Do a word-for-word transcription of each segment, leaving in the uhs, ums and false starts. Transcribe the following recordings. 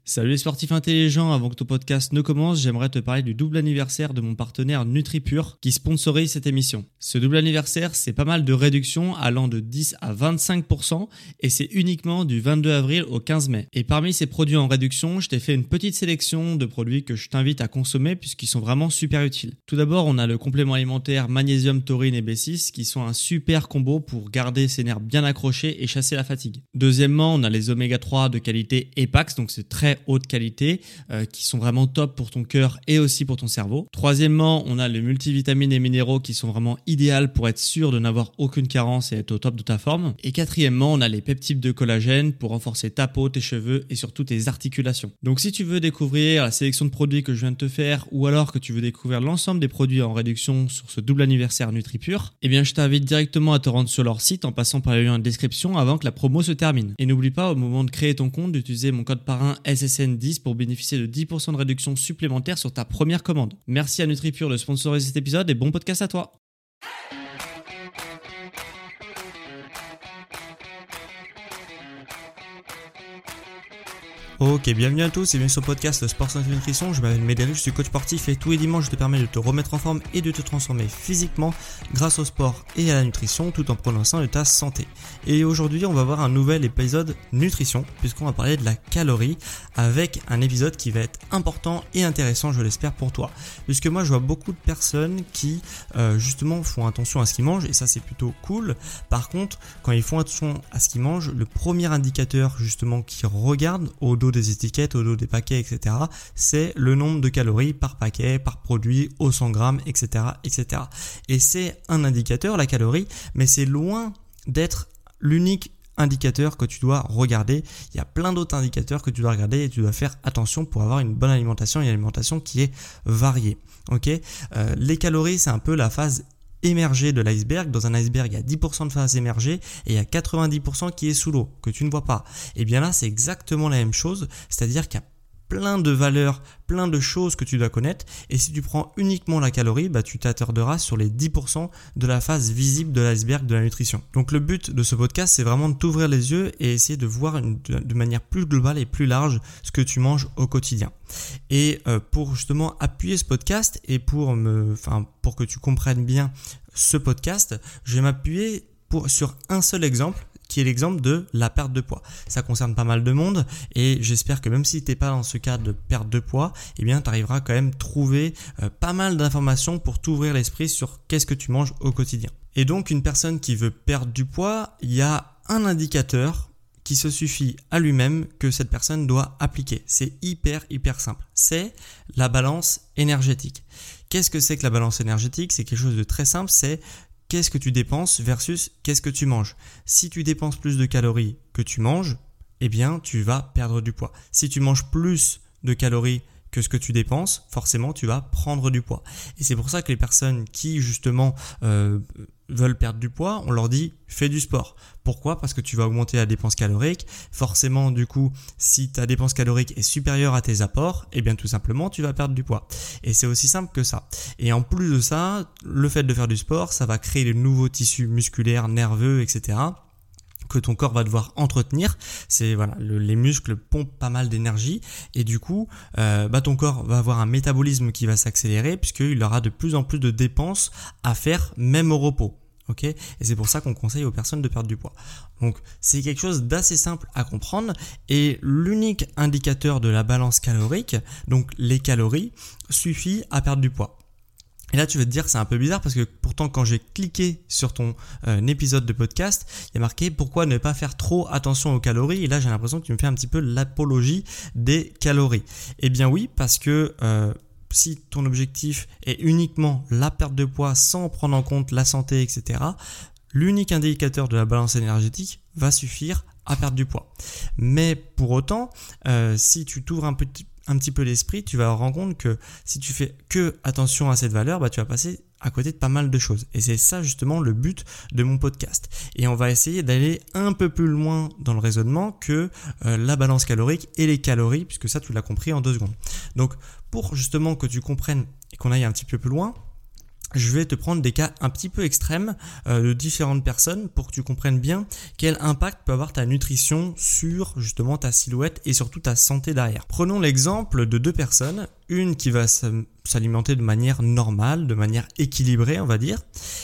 Salut les sportifs intelligents, avant que ton podcast ne commence, j'aimerais te parler du double anniversaire de mon partenaire NutriPure qui sponsorise cette émission. Ce double anniversaire, c'est pas mal de réductions allant de dix à vingt-cinq pour cent et c'est uniquement du vingt-deux avril au quinze mai. Et parmi ces produits en réduction, je t'ai fait une petite sélection de produits que je t'invite à consommer puisqu'ils sont vraiment super utiles. Tout d'abord, on a le complément alimentaire magnésium, taurine et B six qui sont un super combo pour garder ses nerfs bien accrochés et chasser la fatigue. Deuxièmement, on a les oméga trois de qualité Epax, donc c'est très haute qualité, euh, qui sont vraiment top pour ton cœur et aussi pour ton cerveau. Troisièmement, on a les multivitamines et minéraux qui sont vraiment idéales pour être sûr de n'avoir aucune carence et être au top de ta forme. Et quatrièmement, on a les peptides de collagène pour renforcer ta peau, tes cheveux et surtout tes articulations. Donc si tu veux découvrir la sélection de produits que je viens de te faire ou alors que tu veux découvrir l'ensemble des produits en réduction sur ce double anniversaire NutriPure, eh bien je t'invite directement à te rendre sur leur site en passant par le lien de description avant que la promo se termine. Et n'oublie pas au moment de créer ton compte d'utiliser mon code parrain S S N dix pour bénéficier de dix pour cent de réduction supplémentaire sur ta première commande. Merci à NutriPure de sponsoriser cet épisode et bon podcast à toi. Ok, bienvenue à tous et bienvenue sur le podcast Sport Santé Nutrition. Je m'appelle Médéric, je suis coach sportif et tous les dimanches je te permets de te remettre en forme et de te transformer physiquement grâce au sport et à la nutrition tout en prenant soin de ta santé. Et aujourd'hui on va voir un nouvel épisode nutrition puisqu'on va parler de la calorie avec un épisode qui va être important et intéressant, je l'espère pour toi. Puisque moi je vois beaucoup de personnes qui euh, justement font attention à ce qu'ils mangent et ça c'est plutôt cool. Par contre quand ils font attention à ce qu'ils mangent, le premier indicateur justement qu'ils regardent au dos des étiquettes, au dos des paquets, et cetera, c'est le nombre de calories par paquet, par produit, au cent grammes, et cetera, et cetera. Et c'est un indicateur, la calorie, mais c'est loin d'être l'unique indicateur que tu dois regarder. Il y a plein d'autres indicateurs que tu dois regarder et tu dois faire attention pour avoir une bonne alimentation et une alimentation qui est variée. Ok, euh, les calories, c'est un peu la phase émergé de l'iceberg. Dans un iceberg, il y a dix pour cent de phase émergée et il y a quatre-vingt-dix pour cent qui est sous l'eau, que tu ne vois pas. Et bien là, c'est exactement la même chose, c'est-à-dire qu'il y a plein de valeurs, plein de choses que tu dois connaître et si tu prends uniquement la calorie, bah, tu t'attarderas sur les dix pour cent de la phase visible de l'iceberg de la nutrition. Donc le but de ce podcast, c'est vraiment de t'ouvrir les yeux et essayer de voir une, de, de manière plus globale et plus large ce que tu manges au quotidien. Et euh, pour justement appuyer ce podcast et pour, me, enfin, pour que tu comprennes bien ce podcast, je vais m'appuyer pour, sur un seul exemple qui est l'exemple de la perte de poids. Ça concerne pas mal de monde et j'espère que même si tu n'es pas dans ce cas de perte de poids, eh bien tu arriveras quand même à trouver euh, pas mal d'informations pour t'ouvrir l'esprit sur qu'est-ce que tu manges au quotidien. Et donc une personne qui veut perdre du poids, il y a un indicateur qui se suffit à lui-même que cette personne doit appliquer. C'est hyper hyper simple. C'est la balance énergétique. Qu'est-ce que c'est que la balance énergétique ? C'est quelque chose de très simple, c'est qu'est-ce que tu dépenses versus qu'est-ce que tu manges. Si tu dépenses plus de calories que tu manges, eh bien tu vas perdre du poids. Si tu manges plus de calories que ce que tu dépenses, forcément tu vas prendre du poids. Et c'est pour ça que les personnes qui justement euh, veulent perdre du poids, on leur dit fais du sport. Pourquoi ? Parce que tu vas augmenter la dépense calorique. Forcément du coup, si ta dépense calorique est supérieure à tes apports, eh bien tout simplement tu vas perdre du poids. Et c'est aussi simple que ça. Et en plus de ça, le fait de faire du sport, ça va créer de nouveaux tissus musculaires, nerveux, et cetera que ton corps va devoir entretenir. C'est voilà, le, les muscles pompent pas mal d'énergie et du coup, euh, bah ton corps va avoir un métabolisme qui va s'accélérer puisqu'il aura de plus en plus de dépenses à faire même au repos. Ok ? Et c'est pour ça qu'on conseille aux personnes de perdre du poids. Donc c'est quelque chose d'assez simple à comprendre et l'unique indicateur de la balance calorique, donc les calories, suffit à perdre du poids. Et là, tu vas te dire, c'est un peu bizarre parce que pourtant, quand j'ai cliqué sur ton euh, épisode de podcast, il y a marqué pourquoi ne pas faire trop attention aux calories. Et là, j'ai l'impression que tu me fais un petit peu l'apologie des calories. Eh bien oui, parce que euh, si ton objectif est uniquement la perte de poids sans prendre en compte la santé, et cetera, l'unique indicateur de la balance énergétique va suffire à perdre du poids. Mais pour autant, euh, si tu t'ouvres un petit un petit peu l'esprit, tu vas te rendre compte que si tu fais que attention à cette valeur, bah, tu vas passer à côté de pas mal de choses. Et c'est ça justement le but de mon podcast. Et on va essayer d'aller un peu plus loin dans le raisonnement que euh, la balance calorique et les calories, puisque ça tu l'as compris en deux secondes. Donc pour justement que tu comprennes et qu'on aille un petit peu plus loin, je vais te prendre des cas un petit peu extrêmes euh, de différentes personnes pour que tu comprennes bien quel impact peut avoir ta nutrition sur justement ta silhouette et surtout ta santé derrière. Prenons l'exemple de deux personnes, une qui va s'alimenter de manière normale, de manière équilibrée on va dire,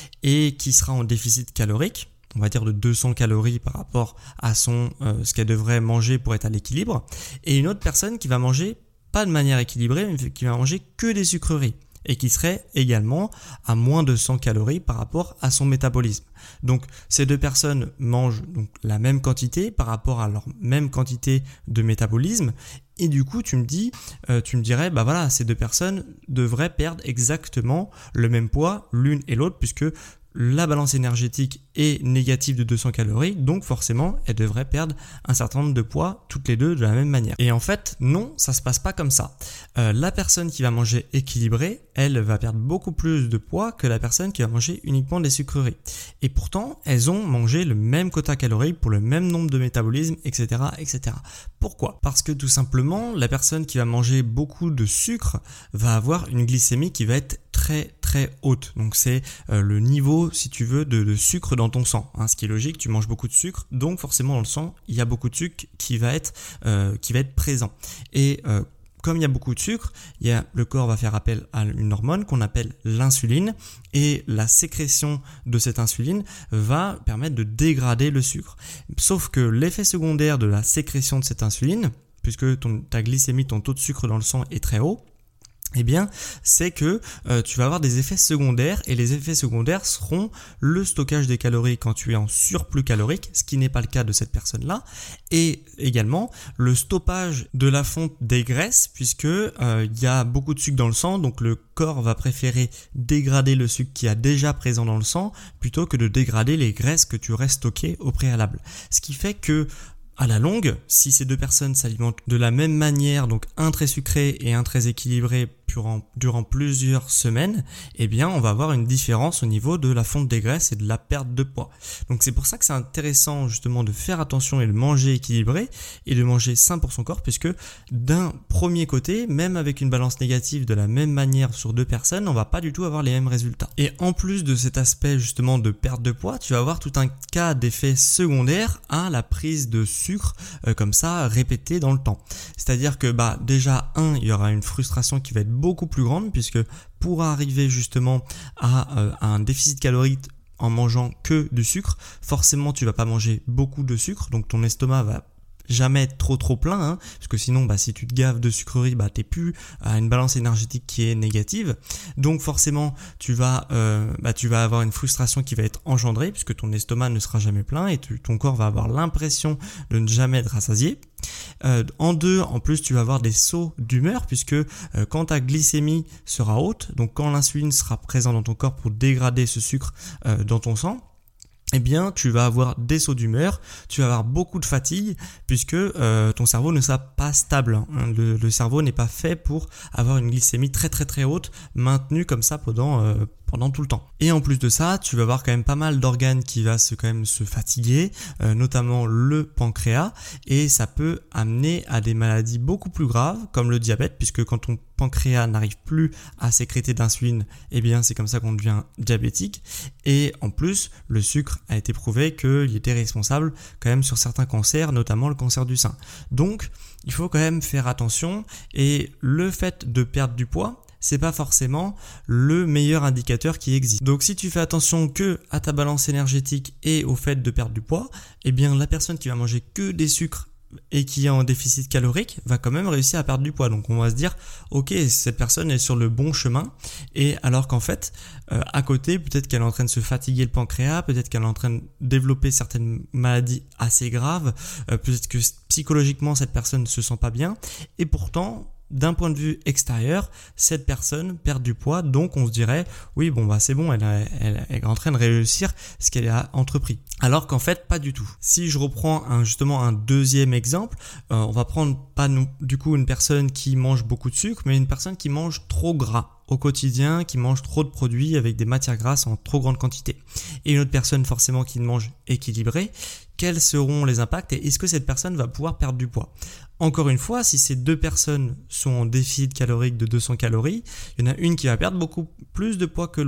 et qui sera en déficit calorique, on va dire de deux cents calories par rapport à son euh, ce qu'elle devrait manger pour être à l'équilibre, et une autre personne qui va manger pas de manière équilibrée, mais qui va manger que des sucreries, et qui serait également à moins de cent calories par rapport à son métabolisme. Donc ces deux personnes mangent donc la même quantité par rapport à leur même quantité de métabolisme, et du coup tu me dis, euh, tu me dirais, bah voilà, ces deux personnes devraient perdre exactement le même poids l'une et l'autre, puisque la balance énergétique est négative de deux cents calories, donc forcément elles devraient perdre un certain nombre de poids toutes les deux de la même manière. Et en fait non, ça se passe pas comme ça. Euh, la personne qui va manger équilibré, elle va perdre beaucoup plus de poids que la personne qui va manger uniquement des sucreries. Et pourtant elles ont mangé le même quota calorique pour le même nombre de métabolismes, et cetera, et cetera. Pourquoi ? Parce que tout simplement la personne qui va manger beaucoup de sucre va avoir une glycémie qui va être très très haute. Donc c'est euh, le niveau, si tu veux, de, de sucre dans ton sang. Hein, ce qui est logique, tu manges beaucoup de sucre, donc forcément dans le sang, il y a beaucoup de sucre qui va être, euh, qui va être présent. Et euh, comme il y a beaucoup de sucre, il y a, le corps va faire appel à une hormone qu'on appelle l'insuline, et la sécrétion de cette insuline va permettre de dégrader le sucre. Sauf que l'effet secondaire de la sécrétion de cette insuline, puisque ton, ta glycémie, ton taux de sucre dans le sang est très haut, eh bien, c'est que euh, tu vas avoir des effets secondaires, et les effets secondaires seront le stockage des calories quand tu es en surplus calorique, ce qui n'est pas le cas de cette personne-là, et également le stoppage de la fonte des graisses, puisque euh, il y a beaucoup de sucre dans le sang, donc le corps va préférer dégrader le sucre qui est déjà présent dans le sang plutôt que de dégrader les graisses que tu aurais stockées au préalable. Ce qui fait que à la longue, si ces deux personnes s'alimentent de la même manière, donc un très sucré et un très équilibré durant, durant plusieurs semaines, eh bien on va avoir une différence au niveau de la fonte des graisses et de la perte de poids. Donc c'est pour ça que c'est intéressant justement de faire attention et de manger équilibré et de manger sain pour son corps, puisque d'un premier côté, même avec une balance négative de la même manière sur deux personnes, on va pas du tout avoir les mêmes résultats. Et en plus de cet aspect justement de perte de poids, tu vas avoir tout un cas d'effet secondaire à la prise de sucre sucre euh, comme ça répété dans le temps. C'est-à-dire que bah déjà un, il y aura une frustration qui va être beaucoup plus grande, puisque pour arriver justement à, euh, à un déficit calorique en mangeant que du sucre, forcément tu vas pas manger beaucoup de sucre, donc ton estomac va jamais être trop trop plein, hein, parce que sinon bah si tu te gaves de sucreries, bah t'es plus à une balance énergétique qui est négative, donc forcément tu vas euh, bah tu vas avoir une frustration qui va être engendrée, puisque ton estomac ne sera jamais plein et tu, ton corps va avoir l'impression de ne jamais être rassasié. Euh, en deux, en plus tu vas avoir des sauts d'humeur, puisque euh, quand ta glycémie sera haute, donc quand l'insuline sera présente dans ton corps pour dégrader ce sucre euh, dans ton sang, eh bien tu vas avoir des sauts d'humeur, tu vas avoir beaucoup de fatigue, puisque euh, ton cerveau ne sera pas stable, hein. le, le cerveau n'est pas fait pour avoir une glycémie très très très haute maintenue comme ça pendant euh, pendant tout le temps. Et en plus de ça, tu vas avoir quand même pas mal d'organes qui va se quand même se fatiguer, euh, notamment le pancréas, et ça peut amener à des maladies beaucoup plus graves comme le diabète, puisque quand ton pancréas n'arrive plus à sécréter d'insuline, eh bien c'est comme ça qu'on devient diabétique. Et en plus, le sucre a été prouvé qu'il était responsable quand même sur certains cancers, notamment le cancer du sein. Donc il faut quand même faire attention, et le fait de perdre du poids, c'est pas forcément le meilleur indicateur qui existe. Donc si tu fais attention que à ta balance énergétique et au fait de perdre du poids, eh bien la personne qui va manger que des sucres et qui est en déficit calorique va quand même réussir à perdre du poids. Donc on va se dire ok, cette personne est sur le bon chemin, et alors qu'en fait euh, à côté peut-être qu'elle est en train de se fatiguer le pancréas, peut-être qu'elle est en train de développer certaines maladies assez graves, euh, peut-être que psychologiquement cette personne ne se sent pas bien, et pourtant d'un point de vue extérieur, cette personne perd du poids, donc on se dirait oui bon bah c'est bon, elle, a, elle, elle est en train de réussir ce qu'elle a entrepris. Alors qu'en fait pas du tout. Si je reprends un, justement un deuxième exemple, euh, on va prendre pas nous, du coup une personne qui mange beaucoup de sucre, mais une personne qui mange trop gras au quotidien, qui mange trop de produits avec des matières grasses en trop grande quantité, et une autre personne forcément qui mange équilibré. Quels seront les impacts, et est-ce que cette personne va pouvoir perdre du poids? Encore une fois, si ces deux personnes sont en déficit calorique de deux cents calories, il y en a une qui va perdre beaucoup plus de poids que l'autre.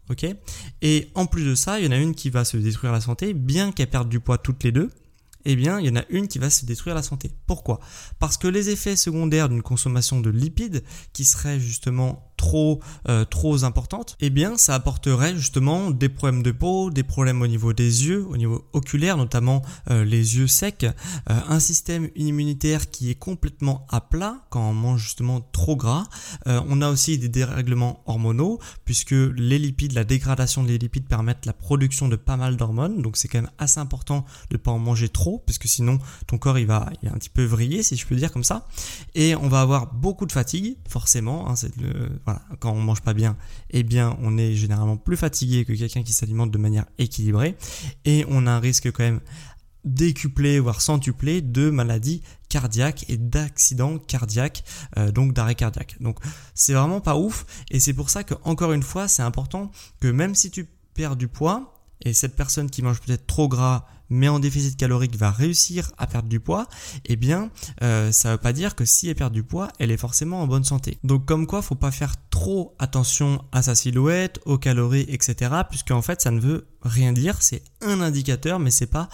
Ok ? Et en plus de ça, il y en a une qui va se détruire la santé, bien qu'elle perde du poids toutes les deux. Eh bien, il y en a une qui va se détruire la santé. Pourquoi ? Parce que les effets secondaires d'une consommation de lipides, qui serait justement trop euh, trop importante, eh bien, ça apporterait justement des problèmes de peau, des problèmes au niveau des yeux, au niveau oculaire, notamment euh, les yeux secs, euh, un système immunitaire qui est complètement à plat quand on mange justement trop gras. Euh, on a aussi des dérèglements hormonaux, puisque les lipides, la dégradation des lipides permettent la production de pas mal d'hormones, donc c'est quand même assez important de ne pas en manger trop, parce que sinon ton corps il va, il va un petit peu vriller, si je peux dire comme ça, et on va avoir beaucoup de fatigue, forcément, hein, c'est le, voilà, quand on mange pas bien, eh bien on est généralement plus fatigué que quelqu'un qui s'alimente de manière équilibrée, et on a un risque quand même décuplé voire centuplé de maladies cardiaques et d'accidents cardiaques, euh, donc d'arrêt cardiaque. Donc c'est vraiment pas ouf, et c'est pour ça que encore une fois c'est important que même si tu perds du poids, et cette personne qui mange peut-être trop gras mais en déficit calorique va réussir à perdre du poids, eh bien euh, ça veut pas dire que si elle perd du poids, elle est forcément en bonne santé. Donc comme quoi, faut pas faire trop attention à sa silhouette, aux calories, et cetera. Puisque en fait ça ne veut rien dire, c'est un indicateur, mais c'est pas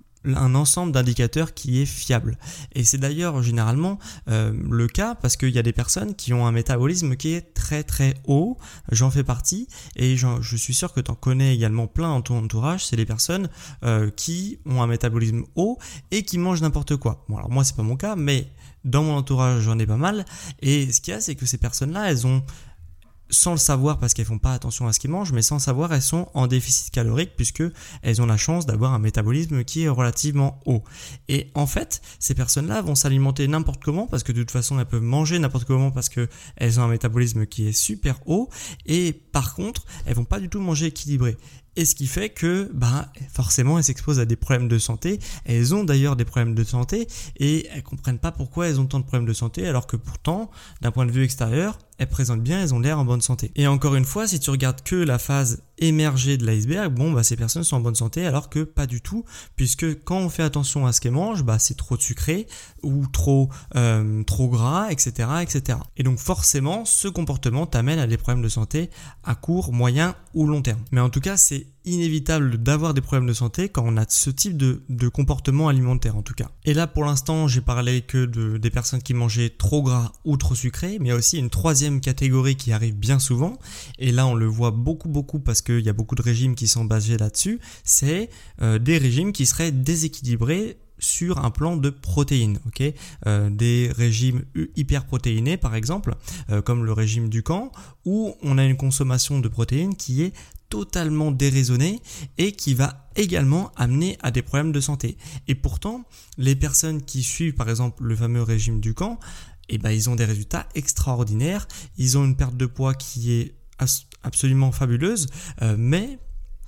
un ensemble d'indicateurs qui est fiable. Et c'est d'ailleurs généralement euh, le cas parce qu'il y a des personnes qui ont un métabolisme qui est très très haut, j'en fais partie, et je suis sûr que tu en connais également plein dans ton entourage, c'est les personnes euh, qui ont un métabolisme haut et qui mangent n'importe quoi. Bon alors moi c'est pas mon cas, mais dans mon entourage j'en ai pas mal, et ce qu'il y a c'est que ces personnes-là, elles ont, sans le savoir parce qu'elles font pas attention à ce qu'ils mangent, mais sans le savoir, elles sont en déficit calorique puisque elles ont la chance d'avoir un métabolisme qui est relativement haut. Et en fait, ces personnes-là vont s'alimenter n'importe comment parce que de toute façon, elles peuvent manger n'importe comment parce que elles ont un métabolisme qui est super haut, et par contre, elles vont pas du tout manger équilibré. Et ce qui fait que bah, forcément elles s'exposent à des problèmes de santé. Elles ont d'ailleurs des problèmes de santé et elles comprennent pas pourquoi elles ont tant de problèmes de santé, alors que pourtant, d'un point de vue extérieur, elles présentent bien, elles ont l'air en bonne santé. Et encore une fois, si tu regardes que la phase émergée de l'iceberg, bon bah ces personnes sont en bonne santé, alors que pas du tout, puisque quand on fait attention à ce qu'elles mangent, bah c'est trop sucré ou trop euh, trop gras, et cetera, et cetera. Et donc forcément, ce comportement t'amène à des problèmes de santé à court, moyen ou long terme. Mais en tout cas, c'est inévitable d'avoir des problèmes de santé quand on a ce type de, de comportement alimentaire en tout cas. Et là pour l'instant j'ai parlé que de, des personnes qui mangeaient trop gras ou trop sucré, mais il y a aussi une troisième catégorie qui arrive bien souvent, et là on le voit beaucoup beaucoup parce qu'il y a beaucoup de régimes qui sont basés là-dessus, c'est euh, des régimes qui seraient déséquilibrés sur un plan de protéines, ok, euh, des régimes hyperprotéinés par exemple, euh, comme le régime Dukan, où on a une consommation de protéines qui est totalement déraisonnée et qui va également amener à des problèmes de santé. Et pourtant, les personnes qui suivent par exemple le fameux régime Dukan, eh ben, ils ont des résultats extraordinaires, ils ont une perte de poids qui est absolument fabuleuse, euh, mais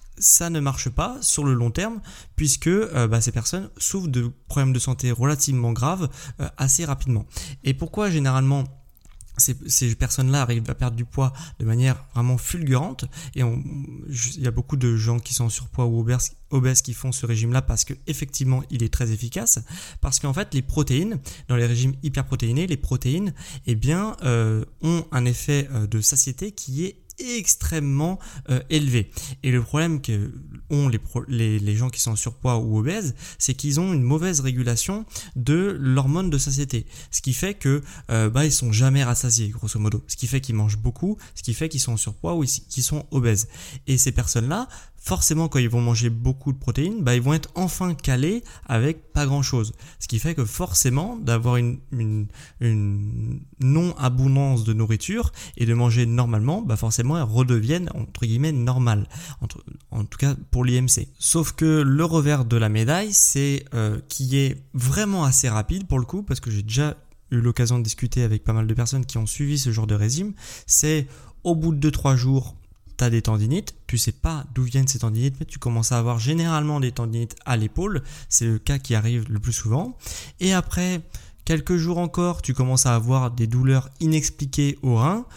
ça ne marche pas sur le long terme puisque euh, bah, ces personnes souffrent de problèmes de santé relativement graves euh, assez rapidement. Et pourquoi généralement Ces, ces personnes-là arrivent à perdre du poids de manière vraiment fulgurante, et on, il y a beaucoup de gens qui sont en surpoids ou obèses, obèses qui font ce régime-là parce que effectivement il est très efficace, parce qu'en fait les protéines, dans les régimes hyperprotéinés, les protéines eh bien, euh, ont un effet de satiété qui est extrêmement euh, élevé. Et le problème que ont les, pro- les, les gens qui sont en surpoids ou obèses, c'est qu'ils ont une mauvaise régulation de l'hormone de satiété. Ce qui fait que euh, bah, ils sont jamais rassasiés, grosso modo. Ce qui fait qu'ils mangent beaucoup, ce qui fait qu'ils sont en surpoids ou qu'ils sont obèses. Et ces personnes-là, forcément, quand ils vont manger beaucoup de protéines, bah, ils vont être enfin calés avec pas grand-chose. Ce qui fait que forcément, d'avoir une, une, une non-abondance de nourriture et de manger normalement, bah, forcément, elles redeviennent, entre guillemets, normales. Entre, en tout cas, pour l'I M C. Sauf que le revers de la médaille, c'est euh, qui est vraiment assez rapide pour le coup, parce que j'ai déjà eu l'occasion de discuter avec pas mal de personnes qui ont suivi ce genre de régime, c'est au bout de deux trois jours, tu as des tendinites, tu sais pas d'où viennent ces tendinites, mais tu commences à avoir généralement des tendinites à l'épaule, c'est le cas qui arrive le plus souvent, et après quelques jours encore, tu commences à avoir des douleurs inexpliquées au rein.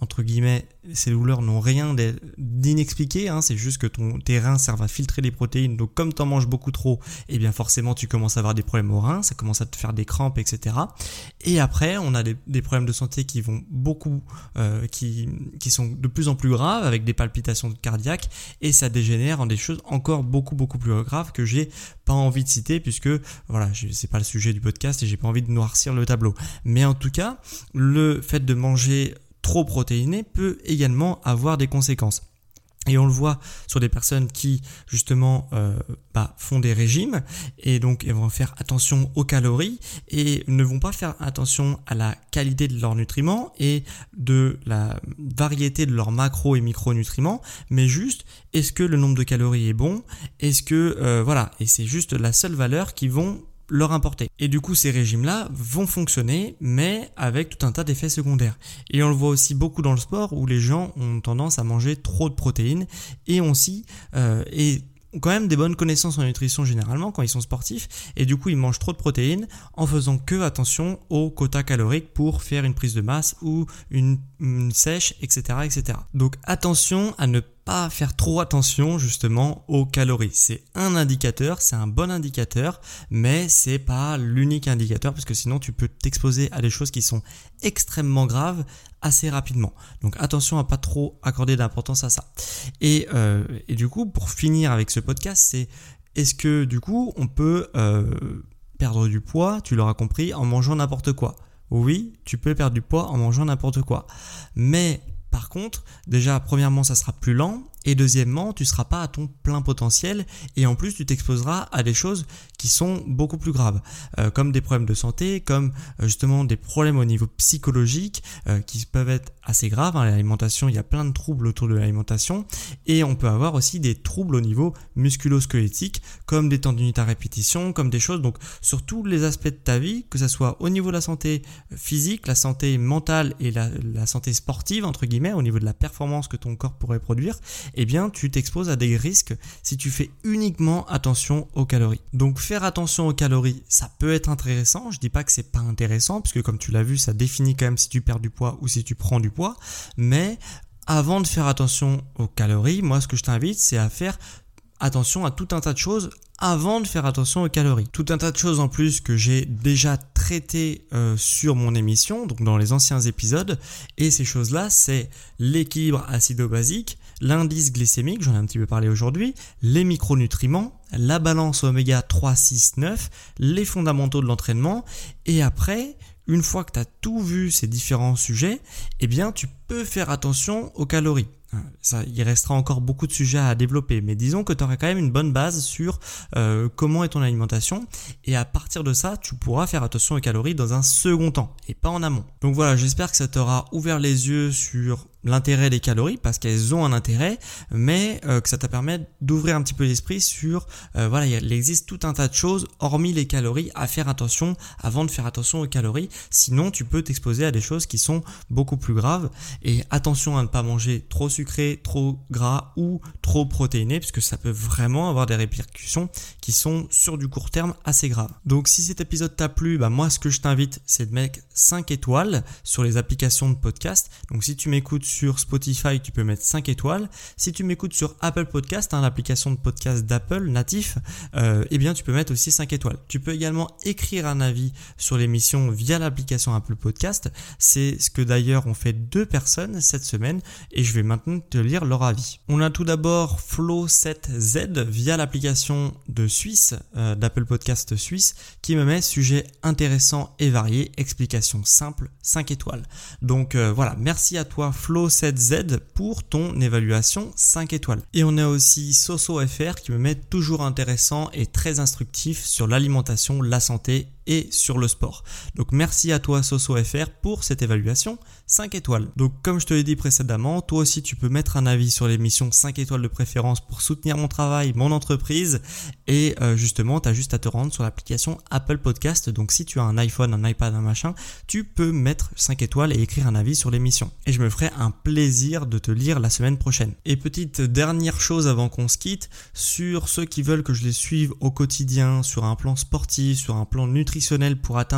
entre guillemets, ces douleurs n'ont rien d'inexpliqué, hein, c'est juste que ton, tes reins servent à filtrer les protéines, donc comme tu en manges beaucoup trop, eh bien forcément tu commences à avoir des problèmes aux reins, ça commence à te faire des crampes, et cetera. Et après, on a des, des problèmes de santé qui vont beaucoup, euh, qui, qui sont de plus en plus graves, avec des palpitations cardiaques, et ça dégénère en des choses encore beaucoup beaucoup plus graves que j'ai pas envie de citer, puisque voilà, c'est pas le sujet du podcast et j'ai pas envie de noircir le tableau. Mais en tout cas, le fait de manger trop protéiné peut également avoir des conséquences. Et on le voit sur des personnes qui justement euh, bah, font des régimes et donc elles vont faire attention aux calories et ne vont pas faire attention à la qualité de leurs nutriments et de la variété de leurs macro et micronutriments, mais juste est-ce que le nombre de calories est bon, est-ce que euh, voilà, et c'est juste la seule valeur qu'ils vont leur importer. Et du coup, ces régimes-là vont fonctionner, mais avec tout un tas d'effets secondaires. Et on le voit aussi beaucoup dans le sport où les gens ont tendance à manger trop de protéines et ont aussi euh, et ont quand même des bonnes connaissances en nutrition généralement quand ils sont sportifs et du coup ils mangent trop de protéines en faisant que attention au quota calorique pour faire une prise de masse ou une, une sèche, et cetera, et cetera. Donc attention à ne pas faire trop attention justement aux calories. C'est un indicateur, c'est un bon indicateur, mais c'est pas l'unique indicateur parce que sinon tu peux t'exposer à des choses qui sont extrêmement graves assez rapidement. Donc attention à pas trop accorder d'importance à ça. Et, euh, et du coup, pour finir avec ce podcast, c'est est-ce que du coup on peut euh, perdre du poids, tu l'auras compris, en mangeant n'importe quoi? Oui, tu peux perdre du poids en mangeant n'importe quoi. Mais par contre, déjà, premièrement, ça sera plus lent et deuxièmement, tu ne seras pas à ton plein potentiel et en plus, tu t'exposeras à des choses qui sont beaucoup plus graves, euh, comme des problèmes de santé, comme euh, justement des problèmes au niveau psychologique euh, qui peuvent être assez graves. Hein. L'alimentation, il y a plein de troubles autour de l'alimentation et on peut avoir aussi des troubles au niveau musculo-squelettique, comme des tendinites à répétition, comme des choses. Donc, sur tous les aspects de ta vie, que ce soit au niveau de la santé physique, la santé mentale et la, la santé sportive, entre guillemets, au niveau de la performance que ton corps pourrait produire, eh bien tu t'exposes à des risques si tu fais uniquement attention aux calories. Donc faire attention aux calories, ça peut être intéressant, je dis pas que c'est pas intéressant, puisque comme tu l'as vu, ça définit quand même si tu perds du poids ou si tu prends du poids, mais avant de faire attention aux calories, moi ce que je t'invite, c'est à faire attention à tout un tas de choses avant de faire attention aux calories. Tout un tas de choses en plus que j'ai déjà traité euh, sur mon émission, donc dans les anciens épisodes, et ces choses-là, c'est l'équilibre acido-basique, l'indice glycémique, j'en ai un petit peu parlé aujourd'hui, les micronutriments, la balance oméga trois, six, neuf, les fondamentaux de l'entraînement, et après, une fois que tu as tout vu ces différents sujets, eh bien tu peux faire attention aux calories. Ça, il restera encore beaucoup de sujets à développer, mais disons que tu auras quand même une bonne base sur euh, comment est ton alimentation et à partir de ça, tu pourras faire attention aux calories dans un second temps et pas en amont. Donc voilà, j'espère que ça t'aura ouvert les yeux sur l'intérêt des calories parce qu'elles ont un intérêt, mais euh, que ça te permet d'ouvrir un petit peu l'esprit sur euh, voilà, il existe tout un tas de choses hormis les calories à faire attention avant de faire attention aux calories, sinon tu peux t'exposer à des choses qui sont beaucoup plus graves et attention à ne pas manger trop sucré, trop gras ou trop protéiné puisque ça peut vraiment avoir des répercussions qui sont sur du court terme assez graves. Donc si cet épisode t'a plu, bah moi ce que je t'invite c'est de mettre cinq étoiles sur les applications de podcast. Donc si tu m'écoutes sur Spotify, tu peux mettre cinq étoiles. Si tu m'écoutes sur Apple Podcast, hein, l'application de podcast d'Apple natif, euh, eh bien tu peux mettre aussi cinq étoiles. Tu peux également écrire un avis sur l'émission via l'application Apple Podcast. C'est ce que d'ailleurs ont fait deux personnes cette semaine et je vais maintenant te lire leur avis. On a tout d'abord Flo sept Z via l'application de Suisse, euh, d'Apple Podcast Suisse, qui me met sujet intéressant et varié, explication simple, cinq étoiles. Donc euh, voilà, merci à toi Flo sept Z pour ton évaluation cinq étoiles. Et on a aussi Soso F R qui me met toujours intéressant et très instructif sur l'alimentation, la santé et sur le sport. Donc merci à toi Soso F R pour cette évaluation cinq étoiles. Donc comme je te l'ai dit précédemment, toi aussi tu peux mettre un avis sur l'émission cinq étoiles de préférence pour soutenir mon travail, mon entreprise et euh, justement tu as juste à te rendre sur l'application Apple Podcast. Donc si tu as un iPhone, un iPad, un machin, tu peux mettre cinq étoiles et écrire un avis sur l'émission. Et je me ferai un plaisir de te lire la semaine prochaine. Et petite dernière chose avant qu'on se quitte, sur ceux qui veulent que je les suive au quotidien, sur un plan sportif, sur un plan nutritionnel pour atteindre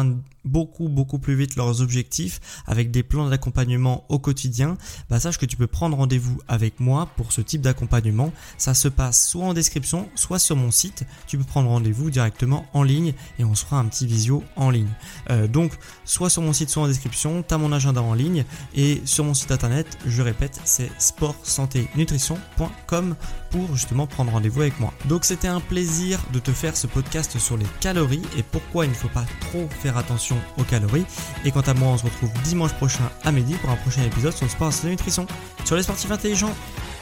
beaucoup beaucoup plus vite leurs objectifs avec des plans d'accompagnement au quotidien, bah sache que tu peux prendre rendez-vous avec moi pour ce type d'accompagnement. Ça se passe soit en description, soit sur mon site. Tu peux prendre rendez-vous directement en ligne et on se fera un petit visio en ligne. Euh, donc soit sur mon site, soit en description, tu as mon agenda en ligne et sur mon site internet, je répète, c'est sport santé nutrition point com pour justement prendre rendez-vous avec moi. Donc c'était un plaisir de te faire ce podcast sur les calories et pourquoi il ne faut pas trop faire attention aux calories. Et quant à moi, on se retrouve dimanche prochain à midi pour un prochain épisode sur le sport santé nutrition. Sur les sportifs intelligents.